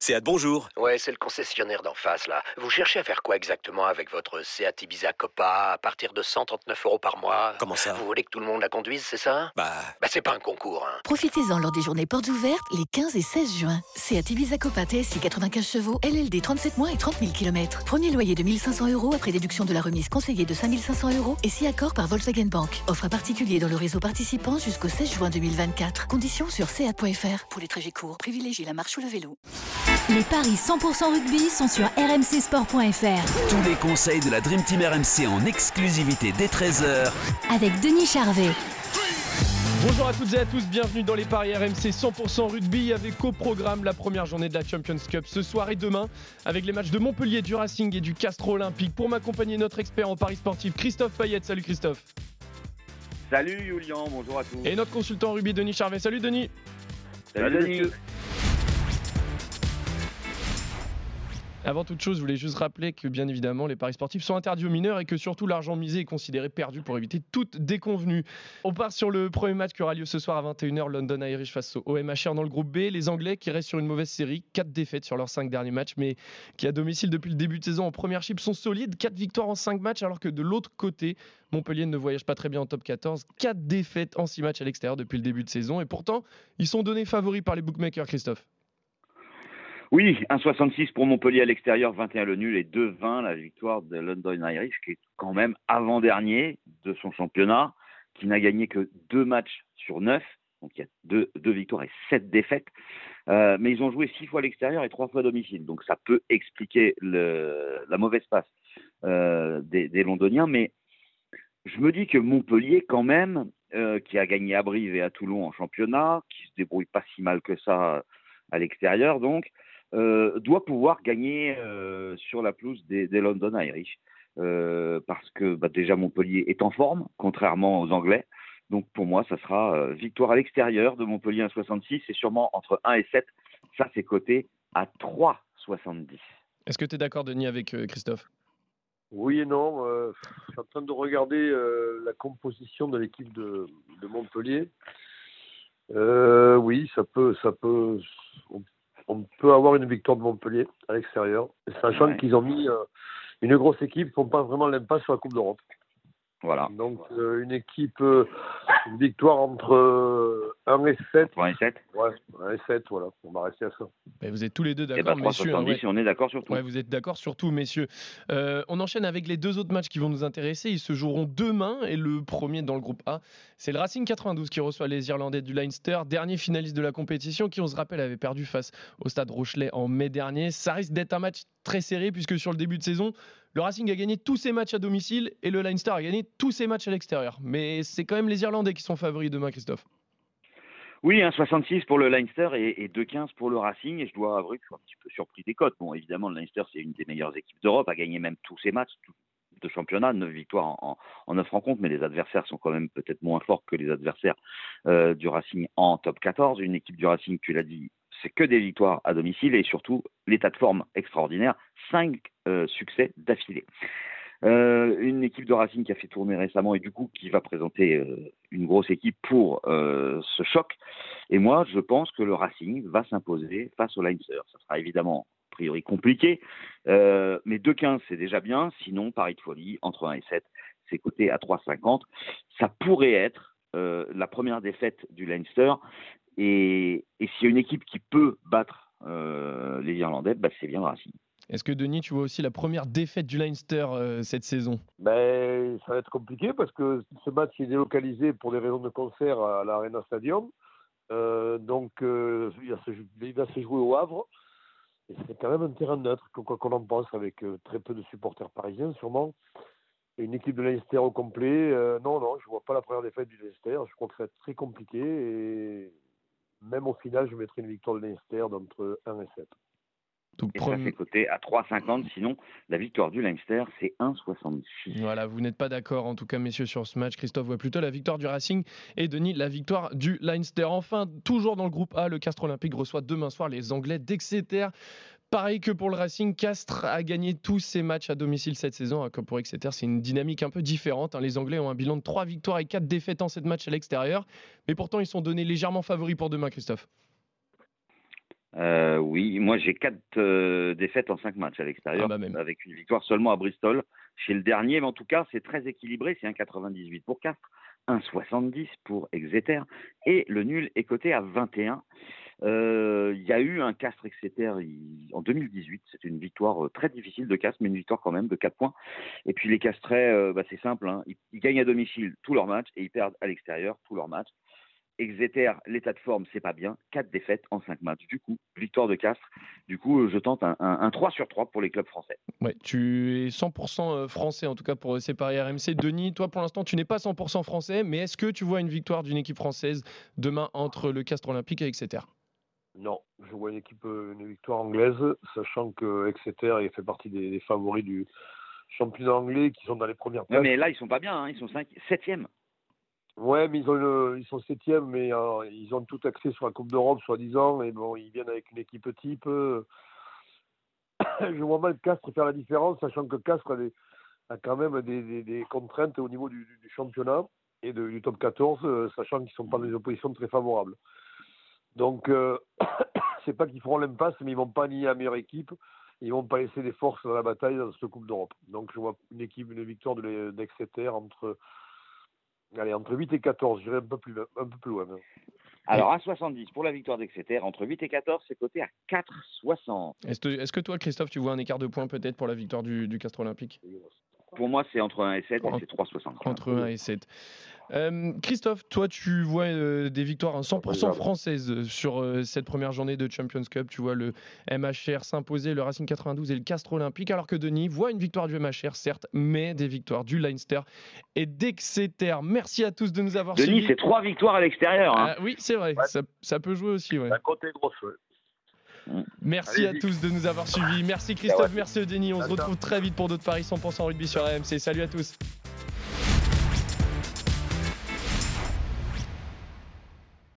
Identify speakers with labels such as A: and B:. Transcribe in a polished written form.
A: Seat, bonjour.
B: Ouais, c'est le concessionnaire d'en face, là. Vous cherchez à faire quoi exactement avec votre Seat Ibiza Copa à partir de 139 € par mois?
A: Comment ça?
B: Vous voulez que tout le monde la conduise, c'est ça?
A: Bah,
B: c'est pas un concours, hein.
C: Profitez-en lors des journées portes ouvertes les 15 et 16 juin. Seat Ibiza Copa TSI 95 chevaux, LLD 37 mois et 30 000 km. Premier loyer de 1 500 € après déduction de la remise conseillée de 5 500 € et si accord par Volkswagen Bank. Offre à particulier dans le réseau participant jusqu'au 16 juin 2024. Conditions sur seat.fr. Pour les trajets courts, privilégiez la marche ou le vélo.
D: Les paris 100% rugby sont sur rmcsport.fr.
E: Tous les conseils de la Dream Team RMC en exclusivité dès 13h
D: Avec Denis Charvet.
F: Bonjour à toutes et à tous, bienvenue dans les paris RMC 100% rugby avec au programme la première journée de la Champions Cup ce soir et demain avec les matchs de Montpellier, du Racing et du Castres Olympique. Pour m'accompagner, notre expert en paris sportif Christophe Payette. Salut Christophe.
G: Salut Julien, bonjour à tous.
F: Et notre consultant en rugby Denis Charvet. Salut Denis.
G: Salut Denis.
F: Avant toute chose, je voulais juste rappeler que bien évidemment les paris sportifs sont interdits aux mineurs et que surtout l'argent misé est considéré perdu pour éviter toute déconvenue. On part sur le premier match qui aura lieu ce soir à 21h, London Irish face au OMHR dans le groupe B. Les Anglais qui restent sur une mauvaise série, 4 défaites sur leurs 5 derniers matchs, mais qui à domicile depuis le début de saison en première chip sont solides, 4 victoires en 5 matchs, alors que de l'autre côté, Montpellier ne voyage pas très bien en top 14, 4 défaites en 6 matchs à l'extérieur depuis le début de saison, et pourtant ils sont donnés favoris par les bookmakers, Christophe.
G: Oui, 1,66 pour Montpellier à l'extérieur, 21 le nul et 2,20 la victoire de London Irish, qui est quand même avant-dernier de son championnat, qui n'a gagné que 2 matchs sur 9, donc il y a 2 victoires et 7 défaites, mais ils ont joué 6 fois à l'extérieur et 3 fois à domicile, donc ça peut expliquer la mauvaise passe des Londoniens, mais je me dis que Montpellier quand même, qui a gagné à Brive et à Toulon en championnat, qui se débrouille pas si mal que ça à l'extérieur, donc doit pouvoir gagner sur la pelouse des London Irish parce que déjà Montpellier est en forme, contrairement aux Anglais. Donc pour moi, ça sera victoire à l'extérieur de Montpellier 1,66 et sûrement entre 1 et 7. Ça, c'est coté à 3,70.
F: Est-ce que tu es d'accord, Denis, avec Christophe ?
H: Oui et non. Je suis en train de regarder la composition de l'équipe de Montpellier. Oui, ça peut. On peut avoir une victoire de Montpellier à l'extérieur, sachant qu'ils ont mis une grosse équipe, ils ne font pas vraiment l'impasse sur la Coupe d'Europe.
G: Voilà.
H: Donc une victoire entre 1 et 7.
G: 1 et 7.
H: Ouais, 1 et 7, voilà. On va rester à ça.
F: Et vous êtes tous les deux d'accord, messieurs.
G: 3,70, on est d'accord sur tout.
F: Ouais, vous êtes d'accord sur tout, messieurs. On enchaîne avec les 2 autres matchs qui vont nous intéresser. Ils se joueront demain et le premier dans le groupe A, c'est le Racing 92 qui reçoit les Irlandais du Leinster, dernier finaliste de la compétition qui, on se rappelle, avait perdu face au Stade Rochelet en mai dernier. Ça risque d'être un match très serré puisque sur le début de saison, le Racing a gagné tous ses matchs à domicile et le Leinster a gagné tous ses matchs à l'extérieur. Mais c'est quand même les Irlandais qui sont favoris demain, Christophe.
G: Oui, 1,66 pour le Leinster et 2,15 pour le Racing. Et je dois avouer que je suis un petit peu surpris des cotes. Bon, évidemment, le Leinster, c'est une des meilleures équipes d'Europe, a gagné même tous ses matchs de championnat, 9 victoires en 9 rencontres, mais les adversaires sont quand même peut-être moins forts que les adversaires du Racing en top 14. Une équipe du Racing, tu l'as dit, c'est que des victoires à domicile et surtout l'état de forme extraordinaire, 5 succès d'affilée. Une équipe de Racing qui a fait tourner récemment et du coup qui va présenter une grosse équipe pour ce choc. Et moi, je pense que le Racing va s'imposer face au Leinster. Ça sera évidemment a priori compliqué, mais 2,15 c'est déjà bien. Sinon, pari de folie, entre 1 et 7, c'est coté à 3,50. Ça pourrait être la première défaite du Leinster. Et s'il y a une équipe qui peut battre les Irlandais, c'est bien le Racing.
F: Est-ce que Denis, tu vois aussi la première défaite du Leinster cette saison ?
H: Ça va être compliqué parce que ce match est délocalisé pour des raisons de concert à l'Arena Stadium. Donc il va se jouer au Havre. Et c'est quand même un terrain neutre, quoi qu'on en pense, avec très peu de supporters parisiens sûrement. Et une équipe de Leinster au complet. Non, je ne vois pas la première défaite du Leinster. Je crois que ça va être très compliqué. Et même au final, je mettrai une victoire de Leinster d'entre 1 et 7.
F: Donc,
G: et ça, c'est coté à 3,50. Sinon, la victoire du Leinster, c'est 1,66.
F: Voilà, vous n'êtes pas d'accord, en tout cas, messieurs, sur ce match. Christophe voit plutôt la victoire du Racing et Denis, la victoire du Leinster. Enfin, toujours dans le groupe A, le Castres Olympique reçoit demain soir les Anglais d'Exeter. Pareil que pour le Racing, Castres a gagné tous ses matchs à domicile cette saison. Comme pour Exeter, c'est une dynamique un peu différente. Les Anglais ont un bilan de 3 victoires et 4 défaites en 7 matchs à l'extérieur. Mais pourtant, ils sont donnés légèrement favoris pour demain, Christophe.
G: Oui, moi j'ai 4 défaites en 5 matchs à l'extérieur, avec une victoire seulement à Bristol. Chez le dernier, mais en tout cas, c'est très équilibré. C'est 1,98 pour Castres, 1,70 pour Exeter, et le nul est coté à 21. Il y a eu un Castres-Exeter en 2018. C'était une victoire très difficile de Castres, mais une victoire quand même de 4 points. Et puis les Castrais, c'est simple, hein, ils gagnent à domicile tous leurs matchs et ils perdent à l'extérieur tous leurs matchs. Exeter, l'état de forme, c'est pas bien. 4 défaites en 5 matchs. Du coup, victoire de Castres. Du coup, je tente un 3 sur 3 pour les clubs français.
F: Ouais, tu es 100% français, en tout cas pour ces paris RMC. Denis, toi, pour l'instant, tu n'es pas 100% français, mais est-ce que tu vois une victoire d'une équipe française demain entre le Castres Olympique et Exeter ?
H: Non, je vois une victoire anglaise, sachant que Exeter fait partie des favoris du championnat anglais qui sont dans les premières places.
G: Ouais, mais là, ils sont pas bien, hein, ils sont 7e.
H: Ouais, mais ils sont 7e, mais ils ont tout axé sur la Coupe d'Europe, soi-disant, et bon, ils viennent avec une équipe type. Je vois mal Castres faire la différence, sachant que Castres a quand même des contraintes au niveau du championnat et du top 14, sachant qu'ils ne sont pas dans des oppositions très favorables. Donc, c'est pas qu'ils feront l'impasse, mais ils ne vont pas nier la meilleure équipe. Ils ne vont pas laisser des forces dans la bataille dans cette Coupe d'Europe. Donc, je vois une victoire d'Exeter entre 8 et 14. J'irai un peu plus loin.
G: Alors, à 70 pour la victoire d'Exeter, entre 8 et 14, c'est coté à 4,60.
F: Est-ce que toi, Christophe, tu vois un écart de points peut-être pour la victoire du Castres Olympique ?
G: Pour moi, c'est entre 1 et 7 et c'est 3,60.
F: Entre 1 et 7. Christophe, toi, tu vois des victoires 100% françaises sur cette première journée de Champions Cup. Tu vois le MHR s'imposer, le Racing 92 et le Castres Olympique, alors que Denis voit une victoire du MHR, certes, mais des victoires du Leinster et d'Exeter. Merci à tous de nous avoir suivis.
G: Denis, c'est 3 victoires à l'extérieur. Hein.
F: Oui, c'est vrai, ouais. ça peut jouer aussi. Ouais.
H: La côte est grosse, ouais.
F: Merci à tous de nous avoir suivis. Merci Christophe, merci Denis. On se retrouve très vite pour d'autres paris 100% rugby sur RMC. Salut à tous.